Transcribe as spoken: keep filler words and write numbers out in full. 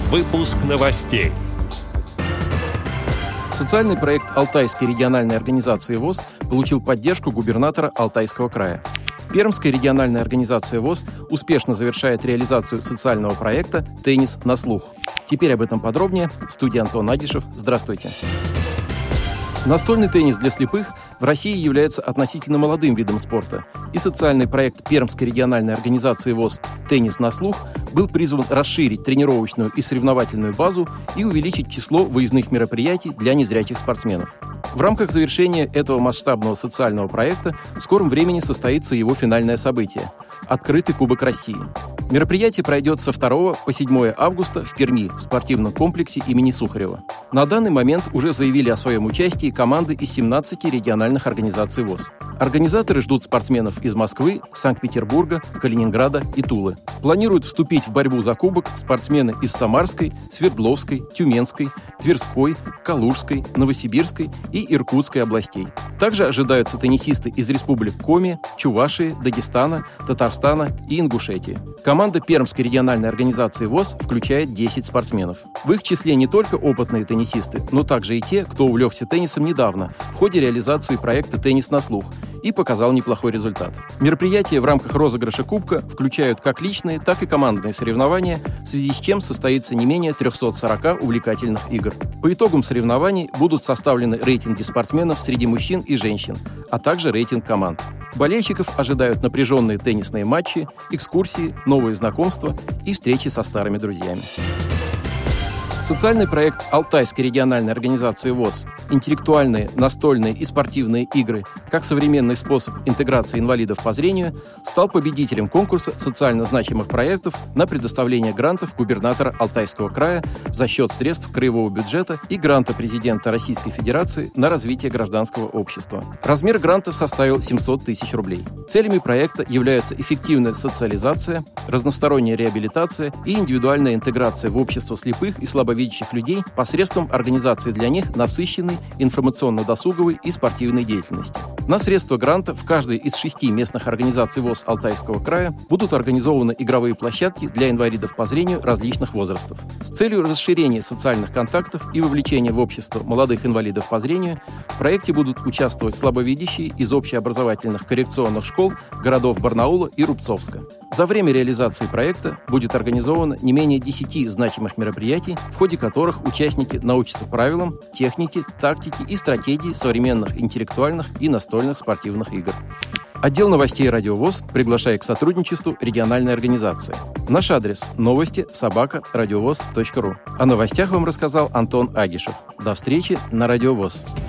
Выпуск новостей. Социальный проект Алтайской региональной организации ВОС получил поддержку губернатора Алтайского края. Пермская региональная организация ВОС успешно завершает реализацию социального проекта «Теннис на слух». Теперь об этом подробнее. В студии Антон Агишев. Здравствуйте. Настольный теннис для слепых в России является относительно молодым видом спорта, и социальный проект Пермской региональной организации ВОС «Теннис на слух» был призван расширить тренировочную и соревновательную базу и увеличить число выездных мероприятий для незрячих спортсменов. В рамках завершения этого масштабного социального проекта в скором времени состоится его финальное событие – Открытый Кубок России. Мероприятие пройдет со второго по седьмое августа в Перми в спортивном комплексе имени Сухарева. На данный момент уже заявили о своем участии команды из семнадцати региональных организаций ВОС. Организаторы ждут спортсменов из Москвы, Санкт-Петербурга, Калининграда и Тулы. Планируют вступить в борьбу за кубок спортсмены из Самарской, Свердловской, Тюменской, Тверской, Калужской, Новосибирской и Иркутской областей. Также ожидаются теннисисты из республик Коми, Чувашии, Дагестана, Татарстана и Ингушетии. Команда Пермской региональной организации ВОС включает десять спортсменов. В их числе не только опытные теннисисты, но также и те, кто увлекся теннисом недавно в ходе реализации проекта «Теннис на слух» и показал неплохой результат. Мероприятия в рамках розыгрыша Кубка включают как личные, так и командные соревнования, в связи с чем состоится не менее трехсот сорока увлекательных игр. По итогам соревнований будут составлены рейтинги спортсменов среди мужчин и женщин, а также рейтинг команд. Болельщиков ожидают напряженные теннисные матчи, экскурсии, новые знакомства и встречи со старыми друзьями. Социальный проект Алтайской региональной организации ВОС «Интеллектуальные, настольные и спортивные игры как современный способ интеграции инвалидов по зрению» стал победителем конкурса социально значимых проектов на предоставление грантов губернатора Алтайского края за счет средств краевого бюджета и гранта президента Российской Федерации на развитие гражданского общества. Размер гранта составил семьсот тысяч рублей. Целями проекта являются эффективная социализация, разносторонняя реабилитация и индивидуальная интеграция в общество слепых и слабовидящих видящих людей посредством организации для них насыщенной информационно-досуговой и спортивной деятельности. На средства гранта в каждой из шести местных организаций ВОС Алтайского края будут организованы игровые площадки для инвалидов по зрению различных возрастов. С целью расширения социальных контактов и вовлечения в общество молодых инвалидов по зрению в проекте будут участвовать слабовидящие из общеобразовательных коррекционных школ городов Барнаула и Рубцовска. За время реализации проекта будет организовано не менее десяти значимых мероприятий, в ходе которых участники научатся правилам, технике, тактике и стратегии современных интеллектуальных и настольных спортивных игр. Отдел новостей «Радио ВОС» приглашает к сотрудничеству региональной организации. Наш адрес – новости собака радиовоз точка ру. О новостях вам рассказал Антон Агишев. До встречи на «Радио ВОС».